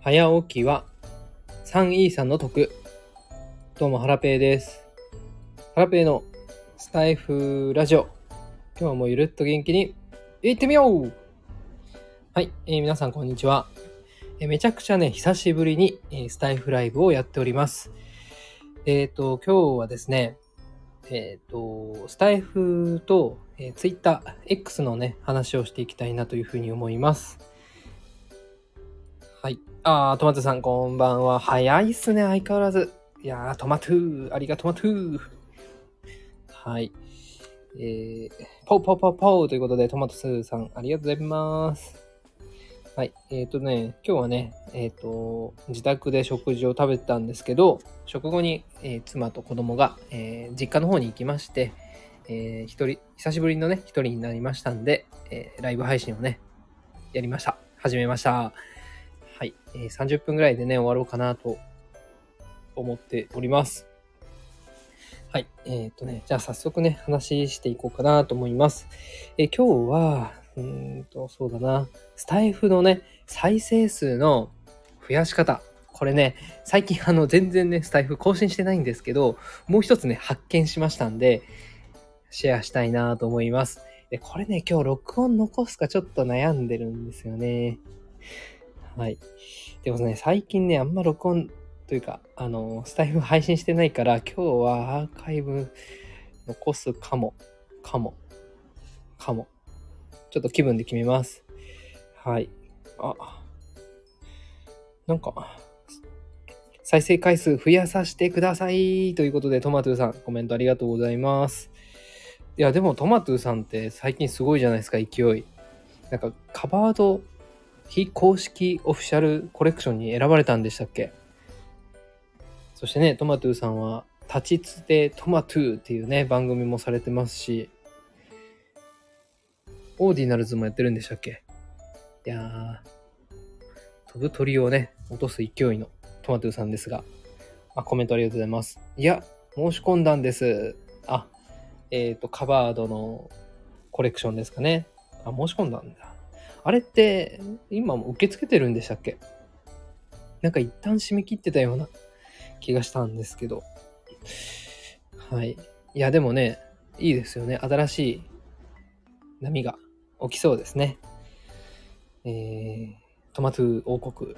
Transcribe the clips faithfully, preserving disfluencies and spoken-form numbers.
早起きはさんイーさんの得。どうもハラペーです。ハラペーのスタイフラジオ、今日もゆるっと元気にいってみよう。はい、えー、皆さんこんにちは。えー、めちゃくちゃね久しぶりに、えー、スタイフライブをやっております。えっ、ー、と今日はですねえっ、ー、とスタイフと、えー、ツイッター X のね話をしていきたいなというふうに思います。はい。あー、トマトさんこんばんは。早いっすね、相変わらず。いやー、トマトゥー、ありがとうトマトゥー。はい。えー、ポーポーポーポーということで、トマトスーさん、ありがとうございます。はい。えっ、ー、とね、今日はね、えっ、ー、と、自宅で食事を食べてたんですけど、食後に、えー、妻と子供が、えー、実家の方に行きまして、えー、一人、久しぶりのね、一人になりましたんで、えー、ライブ配信をね、やりました。始めました。はい、えー、さんじゅっぷんぐらいでね、終わろうかなと思っております。はい、えっとね、じゃあ早速ね、話していこうかなと思います。えー、今日は、うーんと、そうだな、スタイフのね、再生数の増やし方。これね、最近あの、全然ね、スタイフ更新してないんですけど、もう一つね、発見しましたんで、シェアしたいなと思います。で、これね、今日録音残すかちょっと悩んでるんですよね。はい。でもね、最近ね、あんま録音というか、あの、スタイフ配信してないから、今日はアーカイブ残すかも、かも、かも。ちょっと気分で決めます。はい。あ、なんか、再生回数増やさせてくださいということで、トマトゥーさん、コメントありがとうございます。いや、でもトマトゥーさんって最近すごいじゃないですか、勢い。なんか、カバード非公式オフィシャルコレクションに選ばれたんでしたっけ？そしてね、トマトゥーさんは立ちつてトマトゥーっていうね番組もされてますし、オーディナルズもやってるんでしたっけ？いやー、飛ぶ鳥をね落とす勢いのトマトゥーさんですが、あ、コメントありがとうございます。いや、申し込んだんです。あ、えっとカバードのコレクションですかね。あ、申し込んだんだ。あれって今も受け付けてるんでしたっけ？なんか一旦締め切ってたような気がしたんですけど、はい。いやでもね、いいですよね。新しい波が起きそうですね。えー、トマトゥー王国。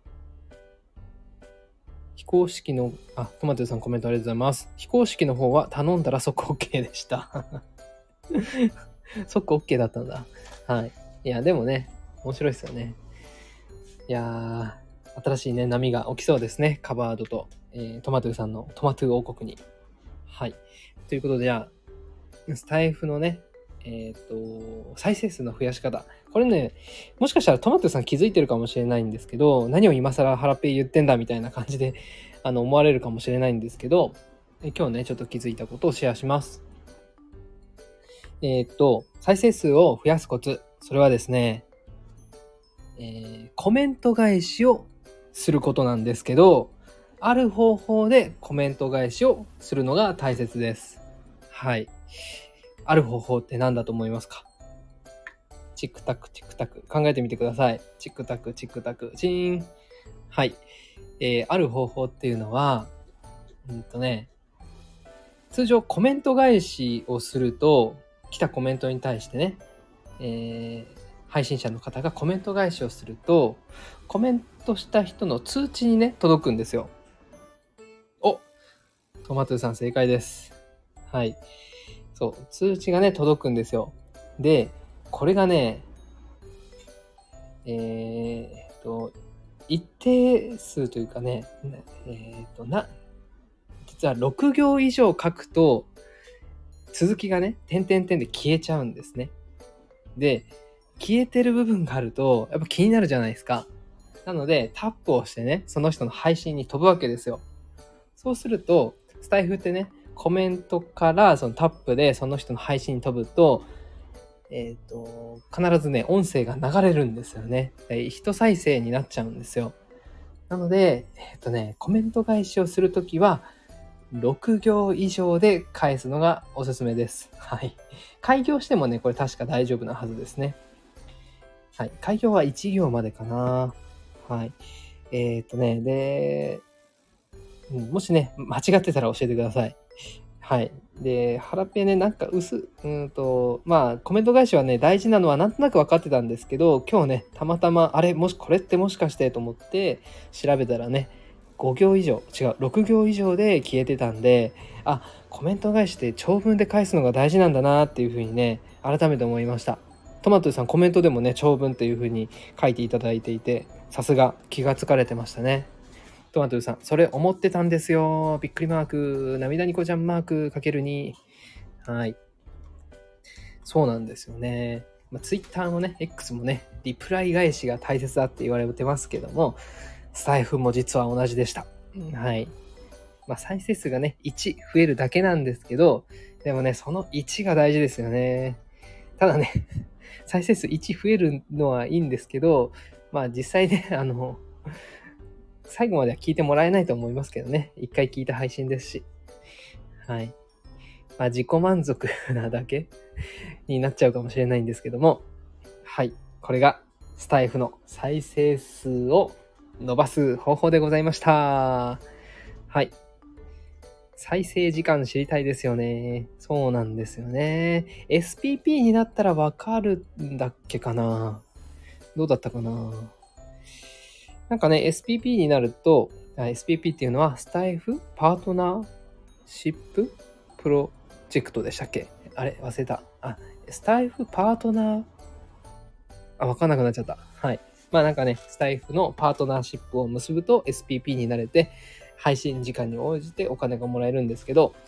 非公式の、あ、トマトゥーさんコメントありがとうございます。非公式の方は頼んだら即 OK でした。即 OK だったんだ。はい。いや、でもね、面白いですよね。いやー、新しいね、波が起きそうですね。カバードと、えー、トマトゥーさんのトマトゥー王国に。はい。ということで、じゃあ、スタイフのね、えっと、再生数の増やし方。これね、もしかしたらトマトさん気づいてるかもしれないんですけど、何を今更ハラペイ言ってんだみたいな感じであの思われるかもしれないんですけど、え今日ね、ちょっと気づいたことをシェアします。えっと、再生数を増やすコツ。それはですね、えー、コメント返しをすることなんですけど、ある方法でコメント返しをするのが大切です。はい。ある方法って何だと思いますか？チックタクチックタク考えてみてください。チックタクチックタクチーン。はい、えー、ある方法っていうのはうんとね通常コメント返しをすると来たコメントに対してね、えー、配信者の方がコメント返しをするとコメントした人の通知にね届くんですよ。お、トマトゥーさん正解です。はい、そう通知がね届くんですよ。でこれがねえー、っと一定数というかねえー、っとな実はろく行以上書くと続きがね点々点で消えちゃうんですね。で消えてる部分があるとやっぱ気になるじゃないですか。なのでタップをしてねその人の配信に飛ぶわけですよ。そうするとスタイフってねコメントからそのタップでその人の配信に飛ぶとえっと必ずね音声が流れるんですよね。一再生になっちゃうんですよ。なのでえっとねコメント返しをするときはろく行以上で返すのがおすすめです。はい。開業してもねこれ確か大丈夫なはずですね。はい。開業はいち行までかな。はい。 えっとね、で、もしね、間違ってたら教えてください。はい。で、ハラペね、なんか薄、うんと、まあ、コメント返しはね、大事なのはなんとなく分かってたんですけど、今日ね、たまたま、あれ、もし、これってもしかしてと思って、調べたらね、ご行以上、違う、ろく行以上で消えてたんで、あ、コメント返しって長文で返すのが大事なんだなっていうふうにね、改めて思いました。トマトさん、コメントでもね、長文っていうふうに書いていただいていて、さすが気がつかれてましたね。トマトさん、それ思ってたんですよ。びっくりマーク、涙ニコちゃんマークかけるに。はい。そうなんですよね。まあ、ツイッターのね、X もね、リプライ返しが大切だって言われてますけども、スタイフも実は同じでした。はい。まあ、再生数がね、いち増えるだけなんですけど、でもね、そのいちが大事ですよね。ただね、再生数いち増えるのはいいんですけど、まあ実際ね、あの、最後までは聞いてもらえないと思いますけどね。一回聞いた配信ですし。はい。まあ自己満足なだけになっちゃうかもしれないんですけども。はい。これがスタイフの再生数を伸ばす方法でございました。はい。再生時間知りたいですよね。そうなんですよね。エスピーピー になったらわかるんだっけかな。どうだったかな。なんかね、エスピーピー になると、エスピーピー っていうのはスタイフパートナーシッププロジェクトでしたっけ？あれ忘れた。あ、スタイフパートナー、あ、わかんなくなっちゃった。はい。まあなんかね、スタイフのパートナーシップを結ぶと エスピーピー になれて、配信時間に応じてお金がもらえるんですけど、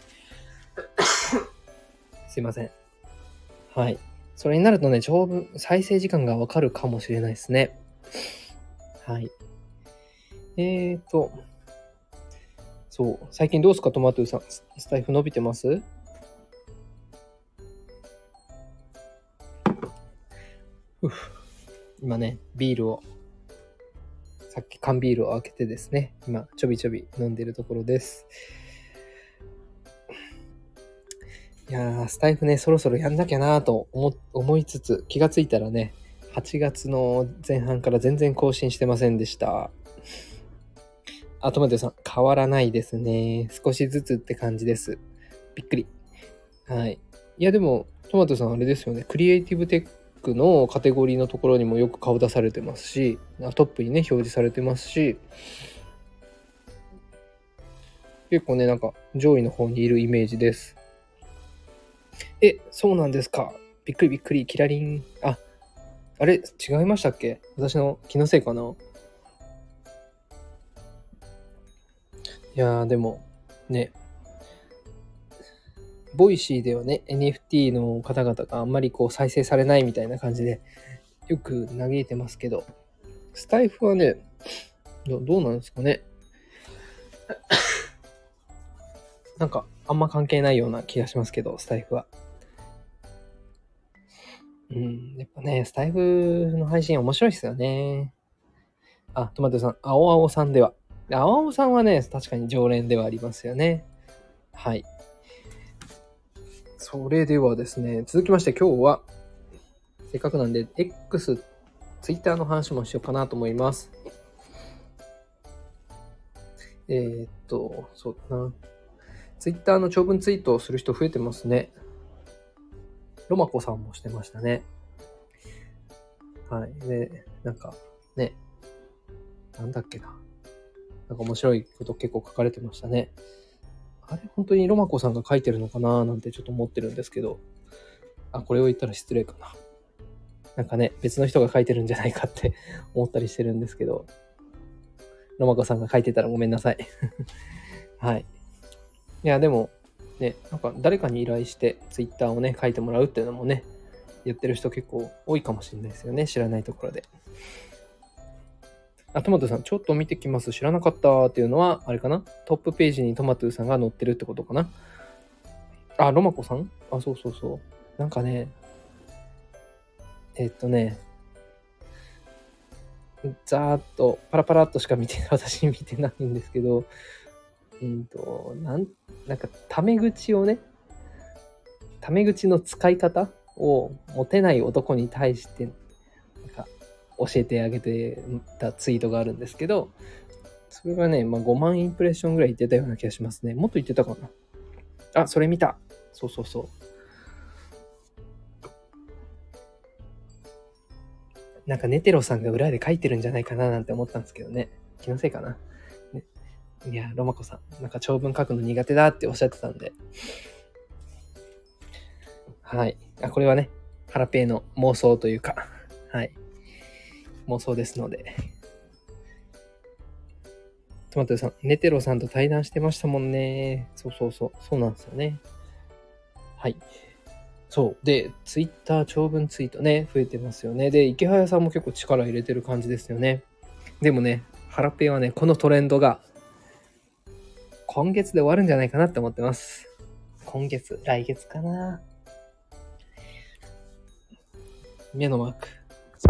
すいません。はい。それになるとね、長文、再生時間がわかるかもしれないですね。はい。えーと、そう。最近どうですか、トマトゥーさん。スタイフ伸びてます？うふ今ね、ビールを、さっき缶ビールを開けてですね、今、ちょびちょび飲んでるところです。いやー、スタイフね、そろそろやんなきゃなと思思いつつ、気がついたらね、はちがつの前半から全然更新してませんでした。あ、トマトさん、変わらないですね。少しずつって感じです。びっくり。はい。いや、でも、トマトさんあれですよね。クリエイティブテックのカテゴリーのところにもよく顔出されてますし、トップにね、表示されてますし、結構ね、なんか上位の方にいるイメージです。え、そうなんですか。びっくりびっくり、キラリン。あ、あれ、違いましたっけ？私の気のせいかな。いやー、でも、ね、ボイシーではね、エヌエフティー の方々があんまりこう再生されないみたいな感じで、よく嘆いてますけど、スタイフはね、どどうなんですかね。なんか、あんま関係ないような気がしますけど、スタイフは。うん、やっぱね、スタイフの配信面白いですよね。あ、トマトさん、青青さんでは。青青さんはね、確かに常連ではありますよね。はい。それではですね、続きまして今日は、せっかくなんで、X、Twitter の話もしようかなと思います。えー、っと、そうだな。Twitter の長文ツイートをする人増えてますね。ロマコさんもしてましたね。はい。で、なんか、ね、なんだっけな。なんか面白いこと結構書かれてましたね。あれ、本当にロマコさんが書いてるのかななんてちょっと思ってるんですけど。あ、これを言ったら失礼かな。なんかね、別の人が書いてるんじゃないかって思ったりしてるんですけど、ロマコさんが書いてたらごめんなさい。はい。いや、でも、ね、なんか誰かに依頼してツイッターをね、書いてもらうっていうのもね、やってる人結構多いかもしれないですよね。知らないところで。あ、トマトさん、ちょっと見てきます。知らなかったっていうのは、あれかな？トップページにトマトさんが載ってるってことかな？あ、ロマコさん？あ、そうそうそう。なんかね、えっとね、ざーっと、パラパラっとしか見て、私見てないんですけど、うんと、なん、なんか、タメ口をね、タメ口の使い方を持てない男に対して、なんか、 教えてあげてたツイートがあるんですけど、それがね、まあ、ごまんインプレッションぐらいいってたような気がしますね。もっといってたかな。あ、それ見た。そうそうそう。なんかネテロさんが裏で書いてるんじゃないかななんて思ったんですけどね。気のせいかな。ね、いや、ロマコさん、なんか長文書くの苦手だっておっしゃってたんで。はい。あ、これはね、ハラペーの妄想というか、はい。妄想ですので。トマトさん、ネテロさんと対談してましたもんね。そうそうそう。そうなんですよね。はい。そう。で、ツイッター長文ツイートね、増えてますよね。で、池早さんも結構力入れてる感じですよね。でもね、ハラペーはね、このトレンドが今月で終わるんじゃないかなって思ってます。今月、来月かな。目のマーク。そう。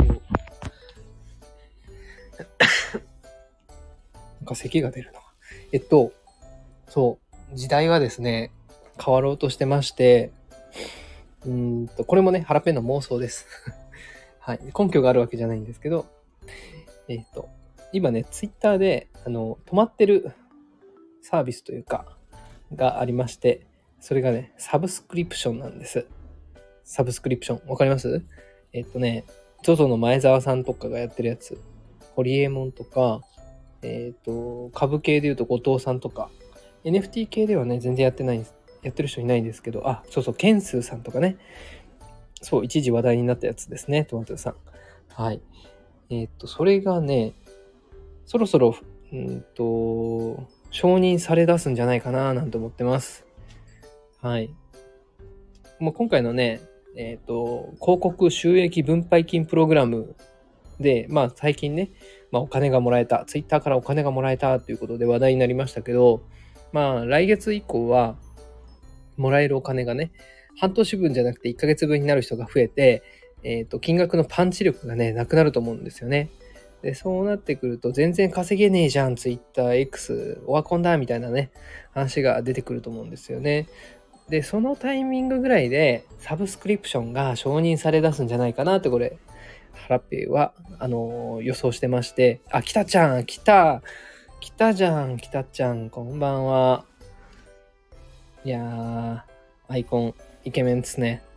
なんか咳が出るな。えっと、そう。時代はですね、変わろうとしてまして、うーんと、これもね、ハラペーの妄想です。はい。根拠があるわけじゃないんですけど、えっと、今ね、ツイッターで、あの、止まってるサービスというか、がありまして、それがね、サブスクリプションなんです。サブスクリプション。わかります？えっとね、ジョジョの前澤さんとかがやってるやつ。ホリエモンとか、えっと、株系で言うと後藤さんとか、エヌエフティー 系ではね、全然やってないんです。やってる人いないんですけど、あ、そうそう、ケンスーさんとかね。そう、一時話題になったやつですね、トマトさん。はい。えっと、それがね、そろそろ、うんと、承認され出すんじゃないかななんて思ってます。はい。まあ、今回のね、えっと、広告収益分配金プログラムで、まあ最近ね、まあお金がもらえた、ツイッターからお金がもらえたということで話題になりましたけど、まあ来月以降は、もらえるお金がね、半年分じゃなくていっかげつぶんになる人が増えて、えっと、金額のパンチ力がね、なくなると思うんですよね。で、そうなってくると、全然稼げねえじゃん、ツイッター X、オワコンだ、みたいなね、話が出てくると思うんですよね。で、そのタイミングぐらいで、サブスクリプションが承認され出すんじゃないかなって、これ、ハラペイは、あのー予想してまして、あ、来たちゃん、来た、来たじゃん、来たちゃん、こんばんは。いやー、アイコン、イケメンですね。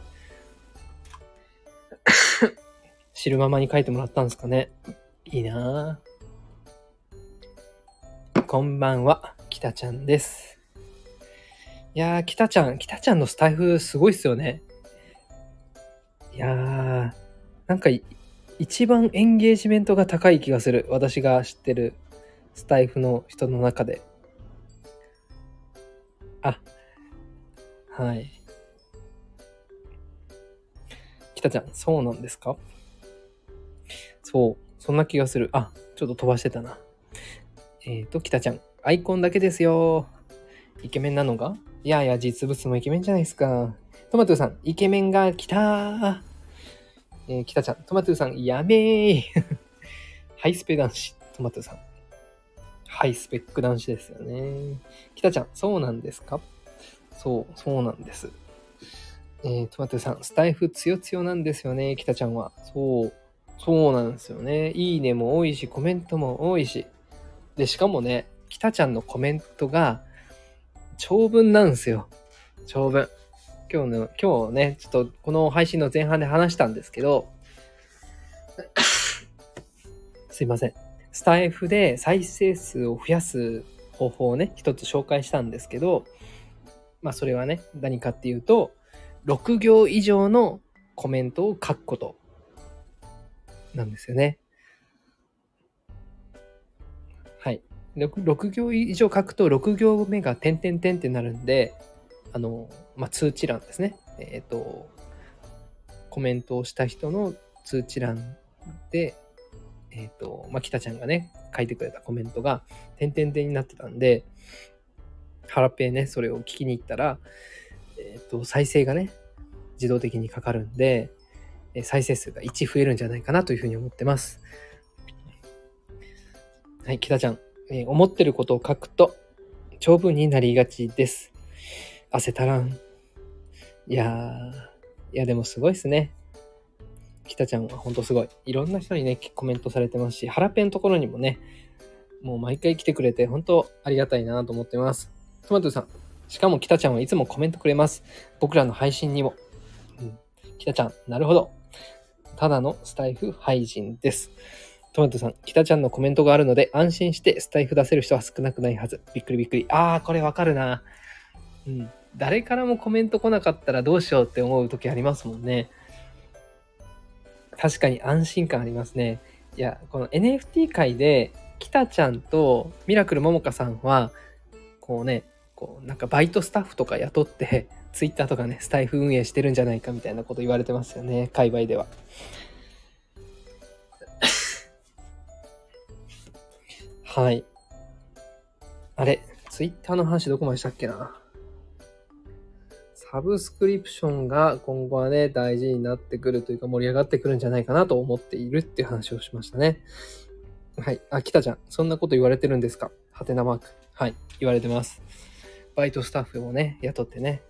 知るままに書いてもらったんですかね。いいなー。こんばんは、きたちゃんです。いやー、きたちゃん、きたちゃんのスタイフすごいっすよね。いやー、なんか一番エンゲージメントが高い気がする。私が知ってるスタイフの人の中で。あ、はい。きたちゃん、そうなんですか？そう、そんな気がする。あ、ちょっと飛ばしてたな。えっと、きたちゃん、アイコンだけですよ。イケメンなのが？いやいや、実物もイケメンじゃないですか。トマトゥさん、イケメンが来たー。えー、きたちゃん、トマトゥさん、やべー。ハイスペ男子、トマトゥさん。ハイスペック男子ですよね。きたちゃん、そうなんですか？そう、そうなんです。えー、トマトゥさん、スタイフつよつよなんですよね、きたちゃんは。そう、そうなんですよね。いいねも多いし、コメントも多いし。で、しかもね、きたちゃんのコメントが長文なんですよ。長文。今日の、今日ね、ちょっとこの配信の前半で話したんですけど、すいません。スタイフで再生数を増やす方法をね、一つ紹介したんですけど、まあそれはね、何かっていうと、ろく行以上のコメントを書くことなんですよね。はい。6, ろく行以上書くとろく行目が点々点ってなるんで、あの、まあ、通知欄ですね。えっ、ー、と、コメントをした人の通知欄で、えっ、ー、と、まあ、北ちゃんがね、書いてくれたコメントが点々点になってたんで、ハラペーね、それを聞きに行ったら、えっ、ー、と、再生がね、自動的にかかるんで、再生数がいち増えるんじゃないかなというふうに思ってます。はい、北ちゃん、えー、思ってることを書くと長文になりがちです。汗たらん。いやー、いやでもすごいですね。 北ちゃんはほんとすごい。いろんな人にね、コメントされてますし、ハラペンのところにもね、もう毎回来てくれて、本当ありがたいなと思ってます。トマトさん、しかも北ちゃんはいつもコメントくれます。僕らの配信にも。うん、北ちゃん、なるほど。ただのスタイフ廃人です。トマトさん、北ちゃんのコメントがあるので、安心してスタイフ出せる人は少なくないはず。びっくりびっくり。あー、これわかるな。うん。誰からもコメント来なかったらどうしようって思う時ありますもんね。確かに安心感ありますね。いや、この エヌエフティー 界で、北ちゃんとミラクルももかさんは、こうね、こうなんかバイトスタッフとか雇って、ツイッターとかね、スタイフ運営してるんじゃないかみたいなこと言われてますよね、界隈では。はい。あれ、ツイッターの話どこまでしたっけな。サブスクリプションが今後はね、大事になってくるというか盛り上がってくるんじゃないかなと思っているっていう話をしましたね。はい。あ、北ちゃん、そんなこと言われてるんですか？はてなマーク。はい。言われてます。バイトスタッフもね、雇ってね。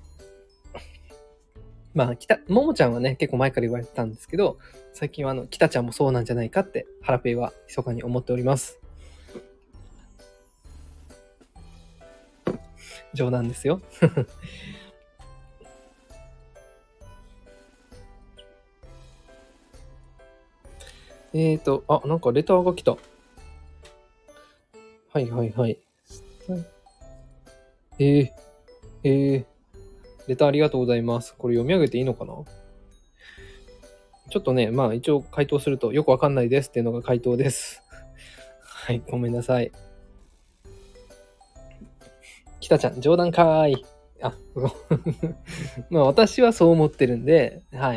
まあ、北、ももちゃんはね、結構前から言われてたんですけど、最近はあの、北ちゃんもそうなんじゃないかって、ハラペイは密かに思っております。冗談ですよ。えーと、あ、なんかレターが来た。はいはいはい。えー、えー、レターありがとうございます。これ読み上げていいのかな？ちょっとね、まあ一応回答するとよくわかんないですっていうのが回答です。はい、ごめんなさい。北ちゃん、冗談かーい。あ、まあ私はそう思ってるんで、はい。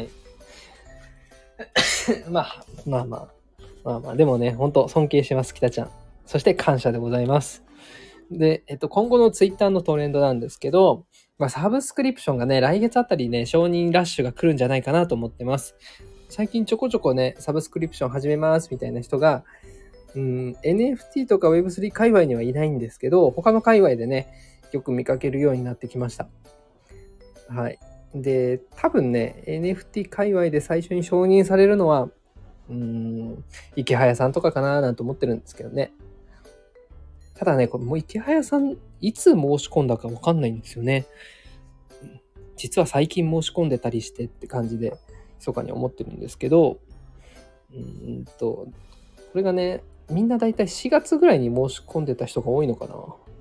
まあ、まあまあ、まあまあ、でもね、本当尊敬してます、北ちゃん。そして感謝でございます。で、えっと、今後のツイッターのトレンドなんですけど、まあ、サブスクリプションがね、来月あたりね、承認ラッシュが来るんじゃないかなと思ってます。最近ちょこちょこね、サブスクリプション始めますみたいな人が、うん、エヌエフティー とか ウェブスリー 界隈にはいないんですけど、他の界隈でね、よく見かけるようになってきました。はい。で、多分ね、エヌエフティー 界隈で最初に承認されるのは、うーん、池早さんとかかななんて思ってるんですけどね。ただね、これもう池早さん、いつ申し込んだかわかんないんですよね。実は最近申し込んでたりしてって感じで、密かに思ってるんですけど、うーんと、これがね、みんなだいたいしがつぐらいに申し込んでた人が多いのかな。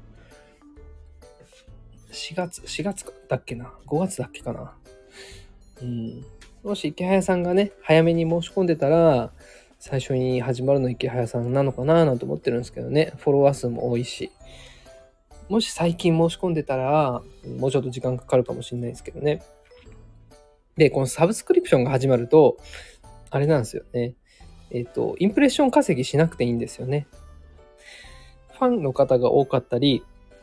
しがつ、しがつだっけな。ごがつだっけかな。うん。もし池早さんがね、早めに申し込んでたら、最初に始まるの池早さんなのかななんて思ってるんですけどね。フォロワー数も多いし。もし最近申し込んでたら、もうちょっと時間かかるかもしれないですけどね。で、このサブスクリプションが始まると、あれなんですよね。えっと、インプレッション稼ぎしなくていいんですよね。ファンの方が多かったり、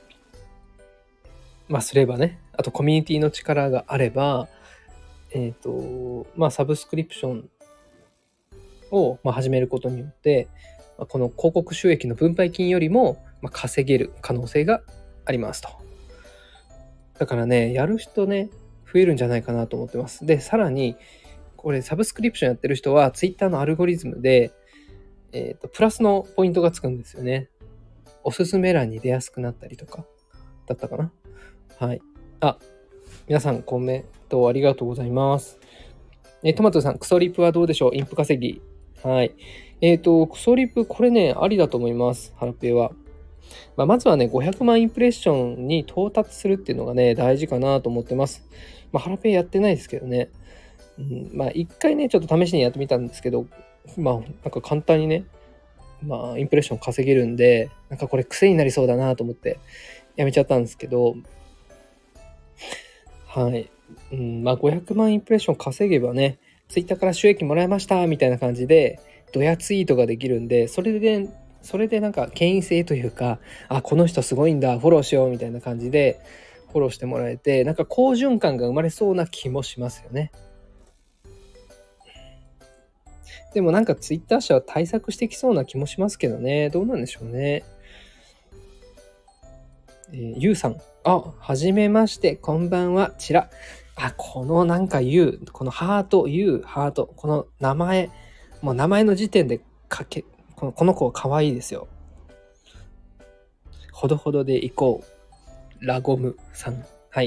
まあすればね、あとコミュニティの力があれば、えっと、まあサブスクリプションをまあ始めることによって、この広告収益の分配金よりもまあ稼げる可能性がありますと。だからね、やる人ね、増えるんじゃないかなと思ってます。で、さらに、これサブスクリプションやってる人は Twitter のアルゴリズムで、えっと、プラスのポイントがつくんですよね。おすすめ欄に出やすくなったりとか、だったかな。はい。あ、皆さんコメントありがとうございます。えトマトさん、クソリプはどうでしょう？インプ稼ぎ。はい。えっ、ー、と、クソリプ、これね、ありだと思います。ハラペイは。まあ、まずはね、ごひゃくまんインプレッションに到達するっていうのがね、大事かなと思ってます。まあ、ハラペイやってないですけどね。うん、まあ、一回ね、ちょっと試しにやってみたんですけど、まあ、なんか簡単にね、まあ、インプレッション稼げるんで、なんかこれ癖になりそうだなと思ってやめちゃったんですけど、はい。うん、まあ、ごひゃくまんインプレッション稼げばね、ツイッターから収益もらいましたみたいな感じで、ドヤツイートができるんで、それで、それでなんか権威性というか、あ、この人すごいんだ、フォローしようみたいな感じで、フォローしてもらえて、なんか好循環が生まれそうな気もしますよね。でもなんかツイッター社は対策してきそうな気もしますけどね。どうなんでしょうね。えー、ゆうさん。あ、はじめまして。こんばんは。ちら。 あ、このなんか U、このハート、U、ハート、この名前、もう名前の時点でかけ、このこの子可愛いですよ。ほどほどで行こう。ラゴムさん。はい。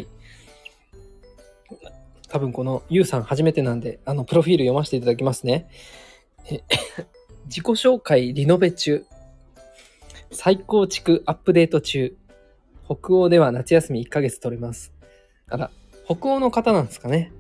多分この U さん初めてなんで、あの、プロフィール読ませていただきますね。自己紹介リノベ中。再構築アップデート中。北欧では夏休みいっかげつ取れます。あら、北欧の方なんですかね。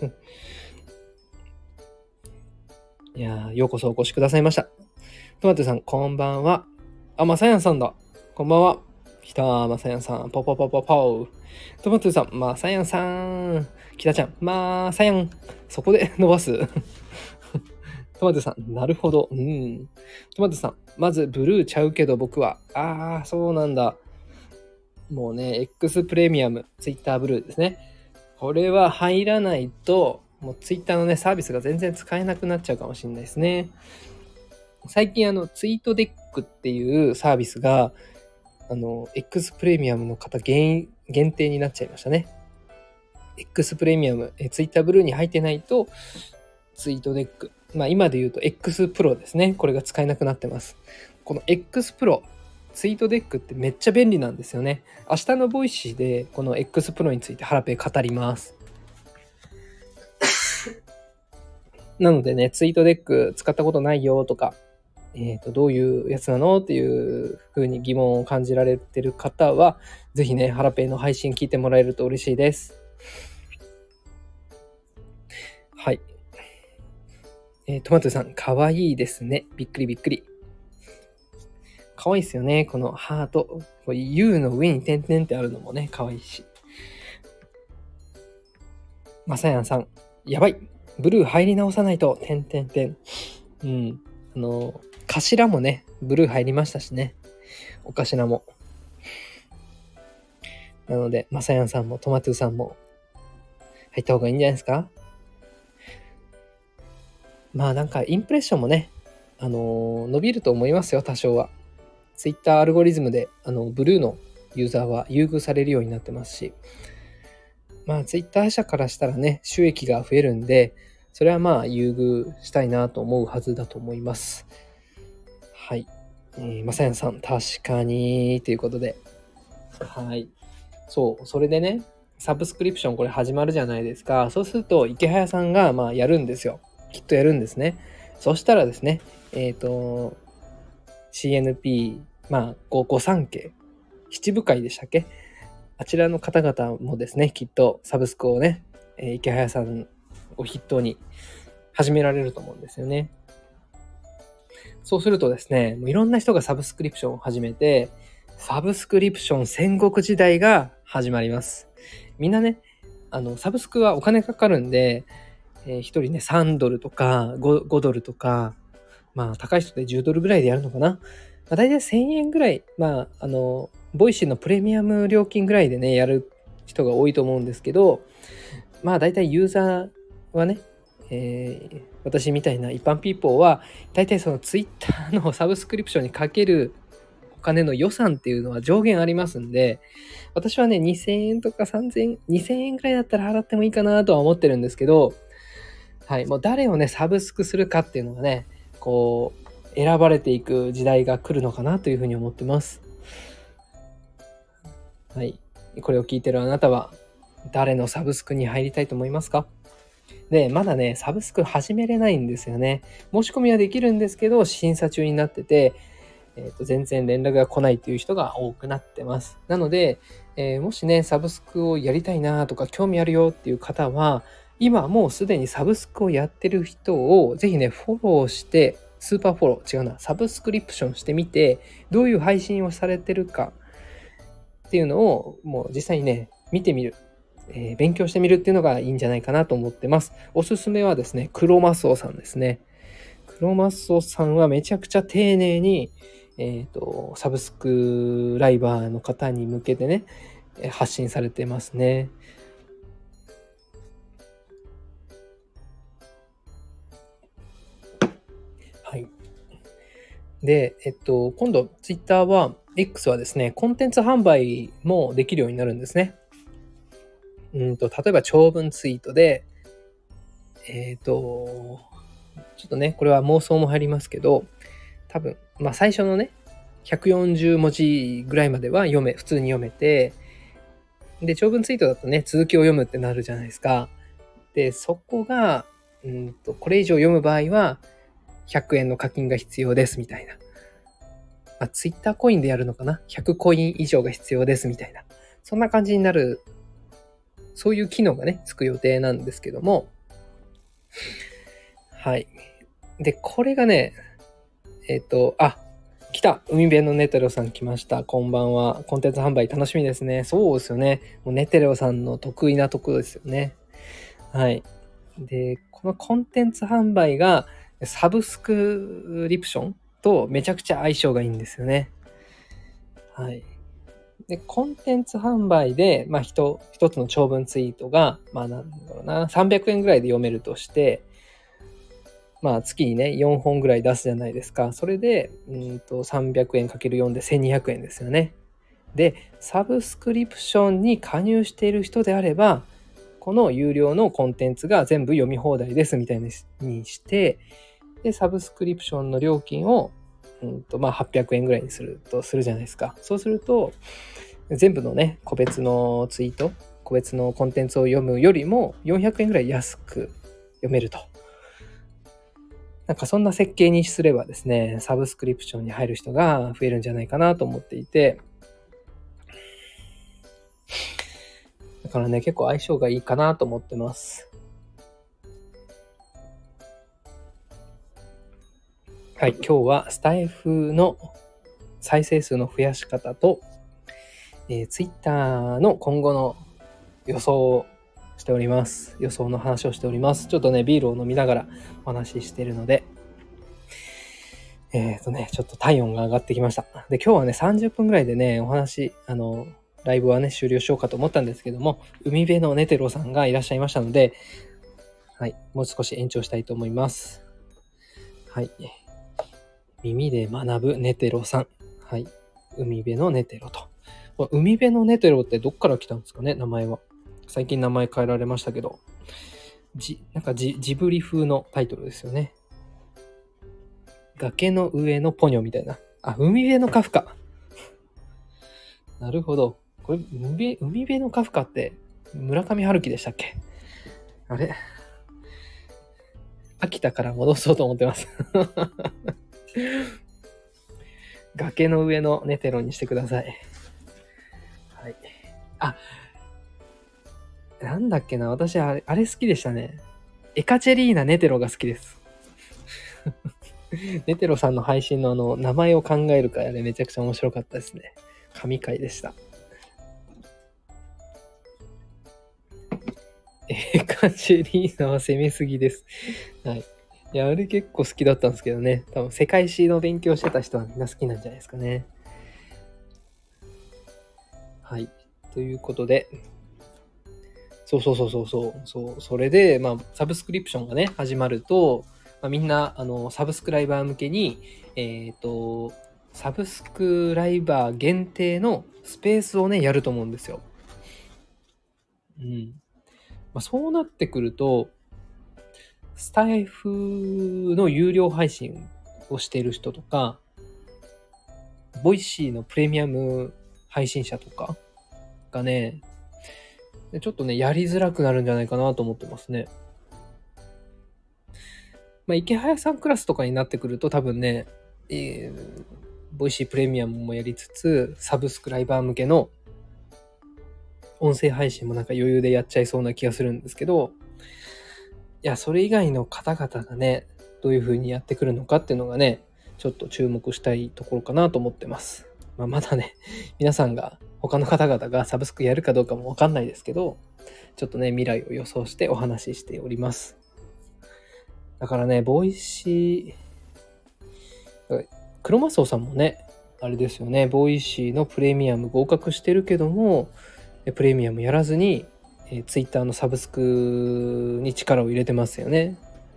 いやー、ようこそお越しくださいました。トマトさん、こんばんは。あ、まさやんさんだ。こんばんは。きたー、まさやんさん。ポポポポポー。トマトさん、まさやんさん。きたちゃん、まさやん。そこで伸ばす。トマトさん、なるほど。うん。トマトさん、まずブルーちゃうけど僕は。あー、そうなんだ。もうね、X プレミアム、Twitter ブルーですね。これは入らないと、もう Twitter のね、サービスが全然使えなくなっちゃうかもしれないですね。最近あの、ツイートデックっていうサービスが、あの、X プレミアムの方限限定になっちゃいましたね。X プレミアム、え Twitter ブルーに入ってないと、ツイートデック。まあ今で言うと X プロですね。これが使えなくなってます。この X プロ、ツイートデックってめっちゃ便利なんですよね。明日のボイシーでこの X プロについてハラペ語ります。なのでね、ツイートデック使ったことないよとか、えっと、どういうやつなのっていう風に疑問を感じられてる方は、ぜひね、ハラペの配信聞いてもらえると嬉しいです。はい。えー、トマトさん、かわいいですね。びっくりびっくり。かわいいですよね。このハート。これ U の上に点々ってあるのもね、かわいいし。まさやんさん、やばい。ブルー入り直さないと、点々点。うん。あの、頭もね、ブルー入りましたしね。お頭も。なので、まさやんさんもトマトゥさんも入った方がいいんじゃないですか。まあなんかインプレッションもね、あのー伸びると思いますよ、多少は。ツイッターアルゴリズムで、あの、ブルーのユーザーは優遇されるようになってますし、まあツイッター社からしたらね、収益が増えるんで、それはまあ優遇したいなと思うはずだと思います。はい。えー、まさやんさん、確かに、ということで。はい。そう、それでね、サブスクリプションこれ始まるじゃないですか。そうすると、池早さんがまあやるんですよ。きっとやるんですね。そしたらですね、えっ、ー、と、シーエヌピー、まあ、ご、ごさん系、七部会でしたっけ？あちらの方々もですね、きっとサブスクをね、えー、池早さんを筆頭に始められると思うんですよね。そうするとですね、もういろんな人がサブスクリプションを始めて、サブスクリプション戦国時代が始まります。みんなね、あの、サブスクはお金かかるんで、えー、ひとりね、さんドルとか 5, ごドルとか、まあ、高い人でじゅうドルぐらいでやるのかな。まあ、大体せんえんぐらい、まあ、あの、ボイシーのプレミアム料金ぐらいでね、やる人が多いと思うんですけど、まあ、大体ユーザーはね、えー、私みたいな一般ピーポーは、大体そのツイッターのサブスクリプションにかけるお金の予算っていうのは上限ありますんで、私はね、にせんえんとかさんぜんえん、にせんえんぐらいだったら払ってもいいかなとは思ってるんですけど、はい、もう誰をね、サブスクするかっていうのがね、こう、選ばれていく時代が来るのかなというふうに思ってます。はい。これを聞いてるあなたは、誰のサブスクに入りたいと思いますか？で、まだね、サブスク始めれないんですよね。申し込みはできるんですけど、審査中になってて、えーと、全然連絡が来ないという人が多くなってます。なので、えーもしね、サブスクをやりたいなとか興味あるよっていう方は、今もうすでにサブスクをやってる人をぜひね、フォローして、スーパーフォロー、違うな、サブスクリプションしてみて、どういう配信をされてるかっていうのをもう実際にね、見てみる。えー勉強してみるっていうのがいいんじゃないかなと思ってます。おすすめはですね、クロマスオさんですね。クロマスオさんはめちゃくちゃ丁寧に、えっと、サブスクライバーの方に向けてね、発信されてますね。はい。で、えっと、今度、ツイッターは、X はですね、コンテンツ販売もできるようになるんですね。ううんと、例えば長文ツイートで、えっと、ちょっとね、これは妄想も入りますけど、多分、まあ最初のね、ひゃくよんじゅうもじぐらいまでは読め、普通に読めて、で、長文ツイートだとね、続きを読むってなるじゃないですか。で、そこが、うんと、これ以上読む場合は、ひゃくえんの課金が必要ですみたいな。まあ、ツイッターコインでやるのかな ?ひゃく コイン以上が必要ですみたいな。そんな感じになる、そういう機能がね、つく予定なんですけども。はい。で、これがね、えっと、あ、来た海辺のネテロさん来ました。こんばんは。コンテンツ販売楽しみですね。そうですよね。もうネテロさんの得意なところですよね。はい。で、このコンテンツ販売がサブスクリプションとめちゃくちゃ相性がいいんですよね。はい。で、コンテンツ販売で、まあ、一、一つの長文ツイートが、まあ、なんだろうな、さんびゃくえんぐらいで読めるとして、まあ、月にね、よんほんぐらい出すじゃないですか。それで、うんと、さんびゃくえんかけるよんでせんにひゃくえんですよね。で、サブスクリプションに加入している人であれば、この有料のコンテンツが全部読み放題ですみたいにして、で、サブスクリプションの料金を、うんと、まあ、はっぴゃくえんぐらいにするとするじゃないですか。そうすると、全部のね、個別のツイート、個別のコンテンツを読むよりもよんひゃくえんぐらい安く読めると。なんかそんな設計にすればですね、サブスクリプションに入る人が増えるんじゃないかなと思っていて、だからね、結構相性がいいかなと思ってます。はい、今日はスタイフの再生数の増やし方と、えー、ツイッターの今後の予想をしております。予想の話をしております。ちょっとね、ビールを飲みながらお話ししているので、えっとね、ちょっと体温が上がってきました。で、今日はね、さんじゅっぷんぐらいでね、お話、あの、ライブはね、終了しようかと思ったんですけども、海辺のネテロさんがいらっしゃいましたので、はい、もう少し延長したいと思います。はい。耳で学ぶネテロさん。はい。海辺のネテロと。海辺のネテロってどっから来たんですかね、名前は。最近名前変えられましたけど。じ、なんかジジブリ風のタイトルですよね。崖の上のポニョみたいな。あ、海辺のカフカ。なるほど。これ、海辺、海辺のカフカって村上春樹でしたっけ？あれ？秋田から戻そうと思ってます。崖の上のネテロにしてください。はい。あ、なんだっけな。私あれ、あれ好きでしたね。エカチェリーナ・ネテロが好きです。ネテロさんの配信のあの、名前を考える会、あれめちゃくちゃ面白かったですね。神回でした。エカチェリーナは攻めすぎです。はい。いや、あれ結構好きだったんですけどね。多分世界史の勉強してた人はみんな好きなんじゃないですかね。はい。ということで、そうそうそうそうそう、そう、それで、まあ、サブスクリプションがね、始まると、まあ、みんな、あの、サブスクライバー向けに、えっと、サブスクライバー限定のスペースをね、やると思うんですよ。うん。まあ、そうなってくると、スタイフの有料配信をしている人とか、ボイシーのプレミアム配信者とかがね、ちょっとね、やりづらくなるんじゃないかなと思ってますね。まあ、池早さんクラスとかになってくると多分ね、えー、ボイシープレミアムもやりつつ、サブスクライバー向けの音声配信もなんか余裕でやっちゃいそうな気がするんですけど、いや、それ以外の方々がね、どういう風にやってくるのかっていうのがね、ちょっと注目したいところかなと思ってます。まあ、まだね、皆さんが、他の方々がサブスクやるかどうかもわかんないですけど、ちょっとね、未来を予想してお話ししております。だからね、ボイシー、クロマスオさんもね、あれですよね、ボイシーのプレミアム合格してるけども、プレミアムやらずに、えー、ツイッターのサブスクに力を入れてますよね。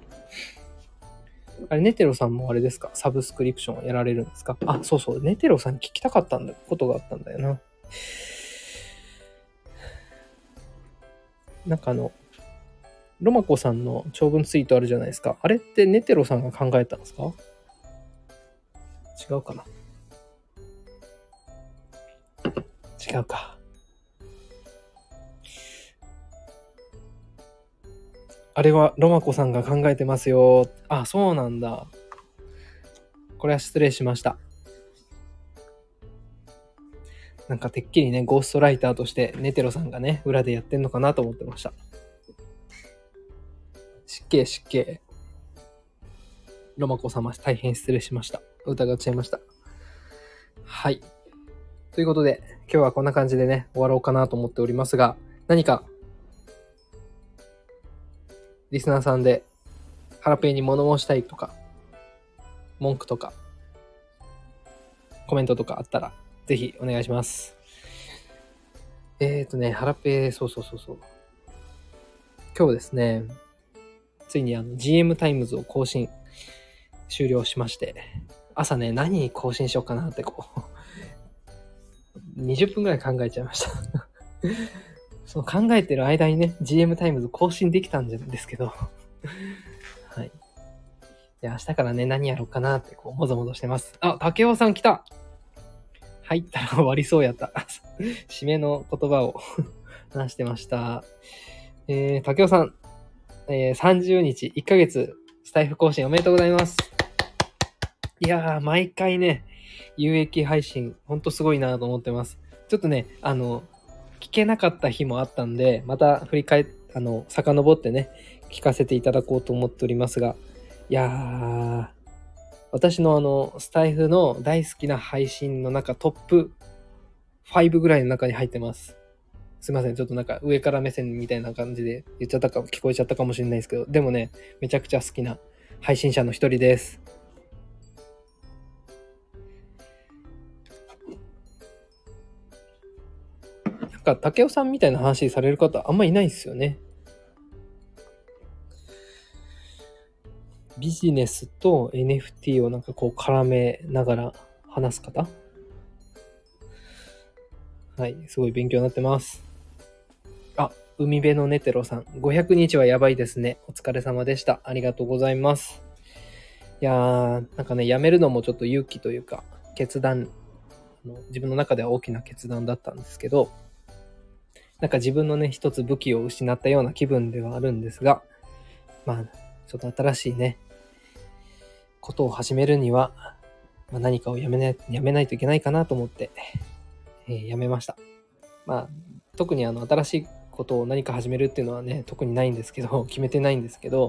あれ、ネテロさんもあれですか、サブスクリプションやられるんですか？あ、そうそう、ネテロさんに聞きたかったんだことがあったんだよな。 なんかあの、ロマコさんの長文ツイートあるじゃないですか。あれってネテロさんが考えたんですか？違うかな？違うか。あれはロマコさんが考えてますよ。あ、そうなんだ。これは失礼しました。なんかてっきりね、ゴーストライターとしてネテロさんがね、裏でやってんのかなと思ってました。失敬失敬。ロマコ様、大変失礼しました。疑っちゃいました。はい。ということで、今日はこんな感じでね、終わろうかなと思っておりますが、何か、リスナーさんで、ハラペイに物申したいとか、文句とか、コメントとかあったら、ぜひお願いします。えーとね、ハラペイ、そうそうそうそう。今日ですね、ついにあの ジーエム タイムズを更新、終了しまして、朝ね、何に更新しようかなってこう、にじゅっぷんぐらい考えちゃいました。その考えてる間にね、ジーエム タイムズ更新できたんですけど、はい。で、明日からね、何やろうかなってこう、もぞもぞしてます。あ、竹尾さん来た！入ったら終わりそうやった。締めの言葉を話してました。えー、竹尾さん、えー、さんじゅうにち、いっかげつ、スタイフ更新おめでとうございます。いやー、毎回ね、有益配信、ほんとすごいなと思ってます。ちょっとね、あの、聞けなかった日もあったんで、また振り返っ、あの、遡ってね、聞かせていただこうと思っておりますが、いやー、私のあの、スタイフの大好きな配信の中、トップごぐらいの中に入ってます。すいません、ちょっとなんか上から目線みたいな感じで言っちゃったか、聞こえちゃったかもしれないですけど、でもね、めちゃくちゃ好きな配信者の一人です。なんか、竹尾さんみたいな話される方あんまいないですよね。ビジネスと エヌエフティー をなんかこう絡めながら話す方？はい、すごい勉強になってます。あ、海辺のネテロさん、ごひゃくにちはやばいですね。お疲れ様でした。ありがとうございます。いやー、なんかね、やめるのもちょっと勇気というか、決断、あの自分の中では大きな決断だったんですけど、なんか自分のね、一つ武器を失ったような気分ではあるんですが、まあ、ちょっと新しいね、ことを始めるには、まあ、何かをやめない、やめないといけないかなと思って、えー、やめました。まあ、特にあの、新しいことを何か始めるっていうのはね、特にないんですけど、決めてないんですけど、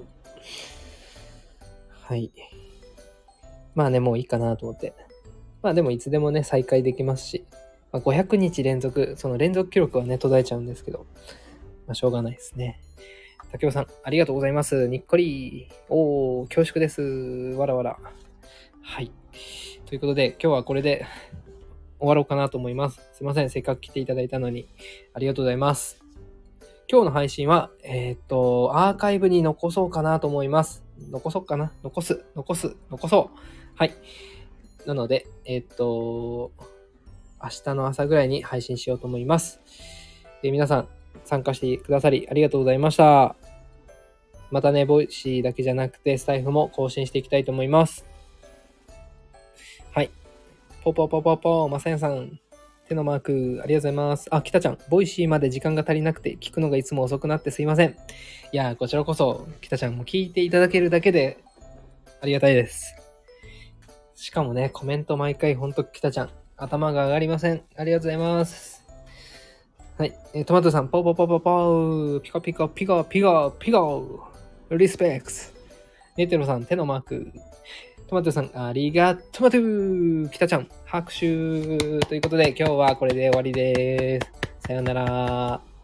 はい。まあね、もういいかなと思って。まあでもいつでもね、再開できますし、まあ、ごひゃくにち連続、その連続記録はね、途絶えちゃうんですけど、まあしょうがないですね。竹尾さん、ありがとうございます。にっこり。おー、恐縮です。わらわら。はい。ということで、今日はこれで終わろうかなと思います。すいません。せっかく来ていただいたのに、ありがとうございます。今日の配信は、えーっと、アーカイブに残そうかなと思います。残そうかな残す、残す、残そう。はい。なので、えーっと、明日の朝ぐらいに配信しようと思います。えー皆さん、参加してくださりありがとうございました。またね、ボイシーだけじゃなくて、スタイフも更新していきたいと思います。はい。ポポポポポ、まさやさん、手のマーク、ありがとうございます。あ、きたちゃん、ボイシーまで時間が足りなくて、聞くのがいつも遅くなってすいません。いやー、こちらこそ、きたちゃんも聞いていただけるだけで、ありがたいです。しかもね、コメント毎回ほんときたちゃん、頭が上がりません。ありがとうございます。はい。えー、トマトさん、ポポポポポー、ピカピカピカピカピカ、リスペクス。ネテロさん、手のマーク。トマトさん、ありがとまとう。きたちゃん、拍手。ということで、今日はこれで終わりです。さようなら。